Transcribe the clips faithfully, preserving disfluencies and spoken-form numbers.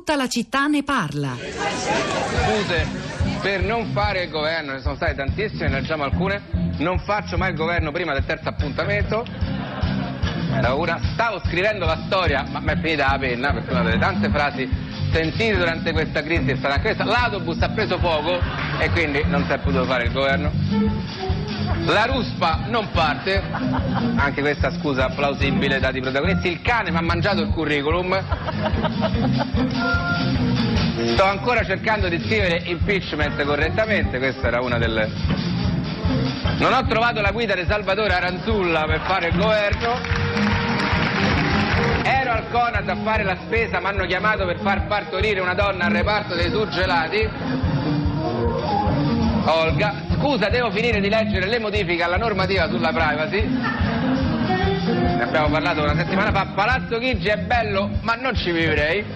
Tutta la città ne parla. Scuse per non fare il governo, ne sono state tantissime, ne leggiamo alcune. Non faccio mai il governo prima del terzo appuntamento. Era una, stavo scrivendo la storia, ma mi è finita la penna, perché una delle tante frasi sentite durante questa crisi è stata anche questa. L'autobus ha preso fuoco e quindi non si è potuto fare il governo. La ruspa non parte, anche questa scusa plausibile dati i protagonisti. Il cane mi ha mangiato il curriculum. Sto ancora cercando di scrivere impeachment correttamente, questa era una delle... Non ho trovato la guida di Salvatore Aranzulla per fare il governo. Ero al Conad a fare la spesa, mi hanno chiamato per far partorire una donna al reparto dei surgelati. Olga, scusa, devo finire di leggere le modifiche alla normativa sulla privacy. Ne abbiamo parlato una settimana fa. Palazzo Chigi è bello, ma non ci vivrei.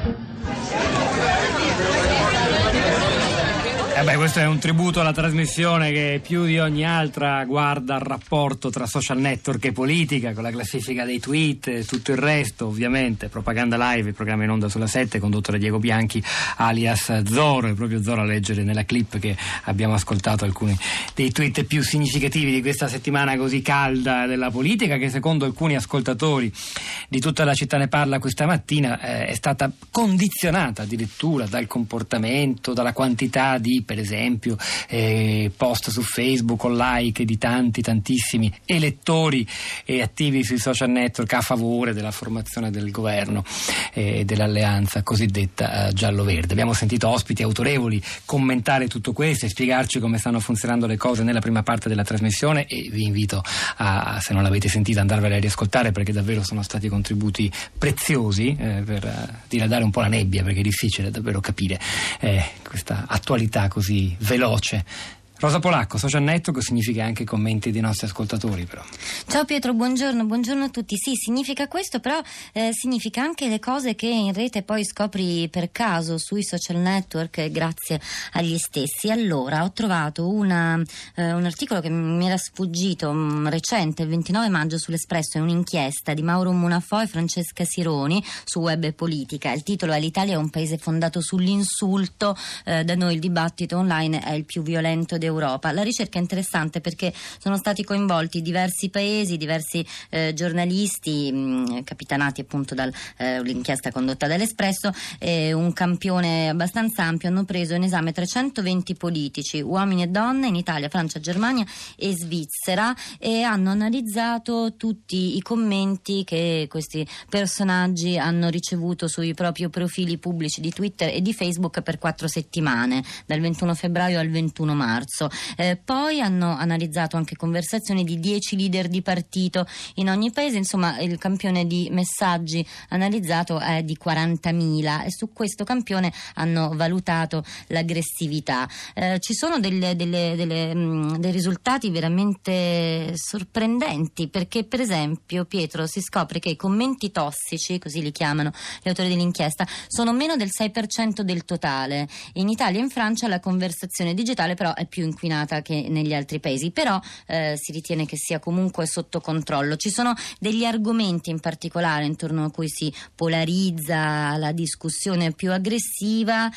Eh beh, questo è un tributo alla trasmissione che più di ogni altra guarda il rapporto tra social network e politica, con la classifica dei tweet e tutto il resto, ovviamente. Propaganda Live, il programma in onda sulla sette, condotto da Diego Bianchi alias Zorro, è proprio Zorro a leggere nella clip che abbiamo ascoltato alcuni dei tweet più significativi di questa settimana così calda della politica, che secondo alcuni ascoltatori di Tutta la città ne parla questa mattina eh, è stata condizionata addirittura dal comportamento, dalla quantità di, per esempio, eh, post su Facebook o like di tanti, tantissimi elettori e attivi sui social network a favore della formazione del governo e eh, dell'alleanza cosiddetta eh, giallo-verde. Abbiamo sentito ospiti autorevoli commentare tutto questo e spiegarci come stanno funzionando le cose nella prima parte della trasmissione, e vi invito a, se non l'avete sentita, andarvela a riascoltare, perché davvero sono stati contributi preziosi eh, per uh, diradare un po' la nebbia, perché è difficile davvero capire eh, questa attualità così veloce. Rosa Polacco, social network significa anche commenti dei nostri ascoltatori, però. Ciao Pietro, buongiorno, buongiorno a tutti. Sì, significa questo, però eh, significa anche le cose che in rete poi scopri per caso sui social network eh, grazie agli stessi. Allora, ho trovato una, eh, un articolo che mi era sfuggito mh, recente, il ventinove maggio, sull'Espresso, è un'inchiesta di Mauro Munafò e Francesca Sironi su Web e Politica. Il titolo è: l'Italia è un paese fondato sull'insulto, eh, da noi il dibattito online è il più violento d'Europa. La ricerca è interessante perché sono stati coinvolti diversi paesi, diversi eh, giornalisti mh, capitanati appunto dall'inchiesta eh, condotta dall'Espresso, e un campione abbastanza ampio. Hanno preso in esame trecentoventi politici, uomini e donne, in Italia, Francia, Germania e Svizzera, e hanno analizzato tutti i commenti che questi personaggi hanno ricevuto sui propri profili pubblici di Twitter e di Facebook per quattro settimane, dal ventuno febbraio al ventuno marzo. Eh, poi hanno analizzato anche conversazioni di dieci leader di partito in ogni paese. Insomma, il campione di messaggi analizzato è di quarantamila, e su questo campione hanno valutato l'aggressività. Eh, ci sono delle, delle, delle, mh, dei risultati veramente sorprendenti, perché per esempio, Pietro, si scopre che i commenti tossici, così li chiamano gli autori dell'inchiesta, sono meno del sei per cento del totale. In Italia e in Francia la conversazione digitale però è più inquinata che negli altri paesi, però eh, si ritiene che sia comunque sotto controllo. Ci sono degli argomenti in particolare intorno a cui si polarizza la discussione più aggressiva,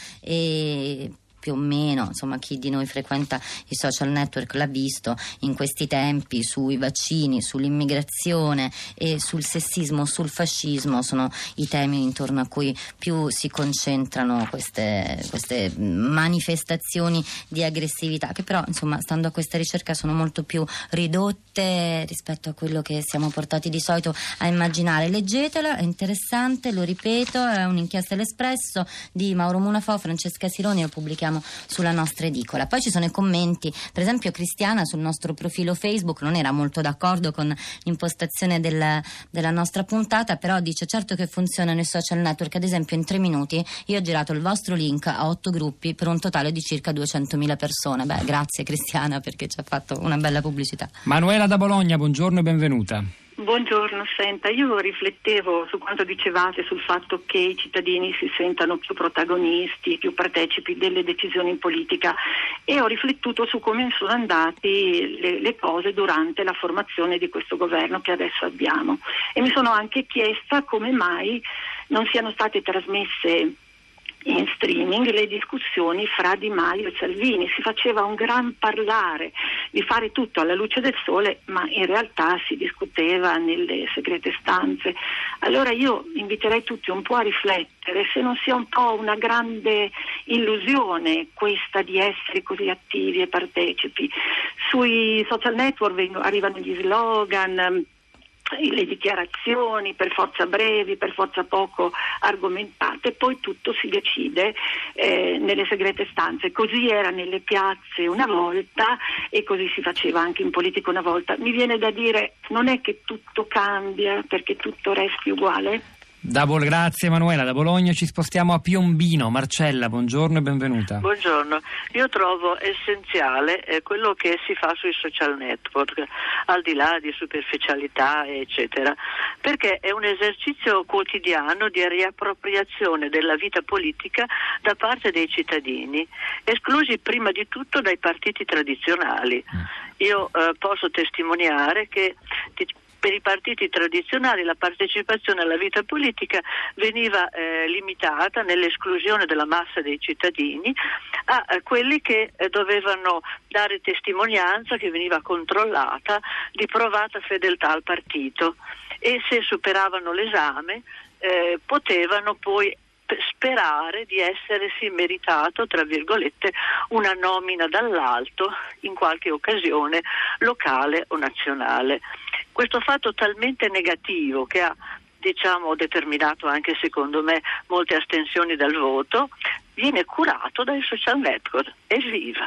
e più o meno, insomma, chi di noi frequenta i social network l'ha visto in questi tempi: sui vaccini, sull'immigrazione e sul sessismo, sul fascismo sono i temi intorno a cui più si concentrano queste, queste manifestazioni di aggressività, che però, insomma, stando a questa ricerca sono molto più ridotte rispetto a quello che siamo portati di solito a immaginare. Leggetela, è interessante, lo ripeto, è un'inchiesta all'Espresso di Mauro Munafò, Francesca Sironi, lo pubblichiamo sulla nostra edicola. Poi ci sono i commenti, per esempio Cristiana sul nostro profilo Facebook non era molto d'accordo con l'impostazione della, della nostra puntata, però dice: certo che funzionano i social network, ad esempio in tre minuti io ho girato il vostro link a otto gruppi per un totale di circa duecentomila persone. Beh, grazie Cristiana, perché ci ha fatto una bella pubblicità. Manuela da Bologna, buongiorno e benvenuta. Buongiorno, senta, io riflettevo su quanto dicevate sul fatto che i cittadini si sentano più protagonisti, più partecipi delle decisioni in politica, e ho riflettuto su come sono andate le, le cose durante la formazione di questo governo che adesso abbiamo, e mi sono anche chiesta come mai non siano state trasmesse in streaming le discussioni fra Di Maio e Salvini. Si faceva un gran parlare di fare tutto alla luce del sole, ma in realtà si discuteva nelle segrete stanze. Allora io inviterei tutti un po' a riflettere se non sia un po' una grande illusione questa di essere così attivi e partecipi. Sui social network arrivano gli slogan, le dichiarazioni per forza brevi, per forza poco argomentate, poi tutto si decide eh, nelle segrete stanze. Così era nelle piazze una volta e così si faceva anche in politica una volta. Mi viene da dire, non è che tutto cambia perché tutto resti uguale? Da Bol- grazie Emanuela, da Bologna ci spostiamo a Piombino. Marcella, buongiorno e benvenuta. Buongiorno, io trovo essenziale eh, quello che si fa sui social network, al di là di superficialità eccetera, perché è un esercizio quotidiano di riappropriazione della vita politica da parte dei cittadini, esclusi prima di tutto dai partiti tradizionali. Io eh, posso testimoniare che per i partiti tradizionali la partecipazione alla vita politica veniva eh, limitata nell'esclusione della massa dei cittadini a, a quelli che eh, dovevano dare testimonianza, che veniva controllata, di provata fedeltà al partito, e se superavano l'esame eh, potevano poi sperare di essersi meritato, tra virgolette, una nomina dall'alto in qualche occasione locale o nazionale. Questo fatto talmente negativo, che ha diciamo determinato anche secondo me molte astensioni dal voto, viene curato dai social network. Evviva!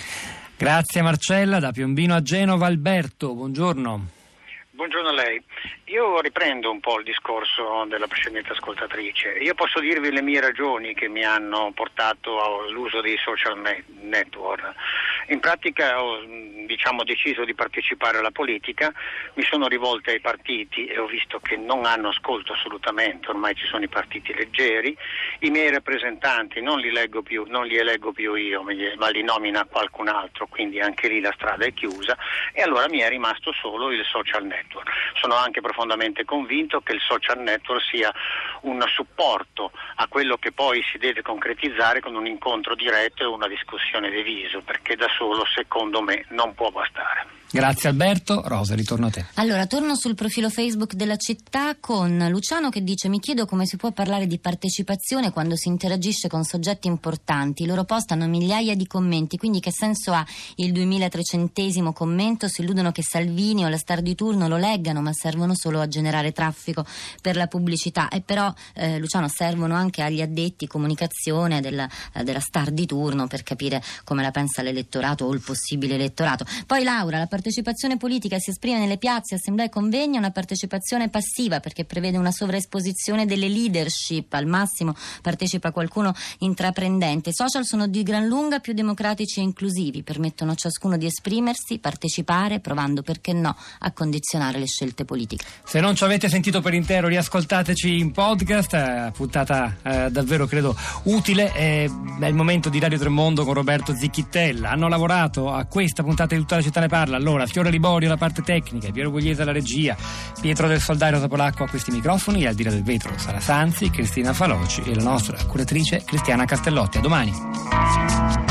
Grazie Marcella, da Piombino a Genova Alberto, buongiorno. Buongiorno a lei. Io riprendo un po' il discorso della precedente ascoltatrice. Io posso dirvi le mie ragioni che mi hanno portato all'uso dei social network. In pratica ho diciamo, deciso di partecipare alla politica, mi sono rivolto ai partiti e ho visto che non hanno ascolto assolutamente, ormai ci sono i partiti leggeri, i miei rappresentanti non li leggo più, non li eleggo più io, ma li nomina qualcun altro, quindi anche lì la strada è chiusa, e allora mi è rimasto solo il social network. Sono anche profondamente convinto che il social network sia un supporto a quello che poi si deve concretizzare con un incontro diretto e una discussione di viso, perché da solo secondo me non può bastare. Grazie Alberto. Rosa, ritorno a te. Allora, torno sul profilo Facebook della città con Luciano che dice: mi chiedo come si può parlare di partecipazione quando si interagisce con soggetti importanti, i loro post hanno migliaia di commenti, quindi che senso ha il duemilatrecentesimo commento? Si illudono che Salvini o la star di turno lo leggano, ma servono solo a generare traffico per la pubblicità. E però eh, Luciano, servono anche agli addetti comunicazione della, eh, della star di turno per capire come la pensa l'elettorato o il possibile elettorato. Poi Laura, la partecipazione politica si esprime nelle piazze, assemblee e convegni, è una partecipazione passiva perché prevede una sovraesposizione delle leadership, al massimo partecipa qualcuno intraprendente. I social sono di gran lunga più democratici e inclusivi, permettono a ciascuno di esprimersi, partecipare, provando perché no a condizionare le scelte politiche. Se non ci avete sentito per intero, riascoltateci in podcast, eh, puntata eh, davvero credo utile. Eh, è il momento di Radio Tremondo con Roberto Zicchittella. Hanno lavorato a questa puntata di Tutta la città ne parla. Allora, Fiore Liborio alla parte tecnica, Piero Gugliese alla regia, Pietro del Soldario Topolacco a questi microfoni, e al di là del vetro Sara Sanzi, Cristina Faloci e la nostra curatrice Cristiana Castellotti. A domani.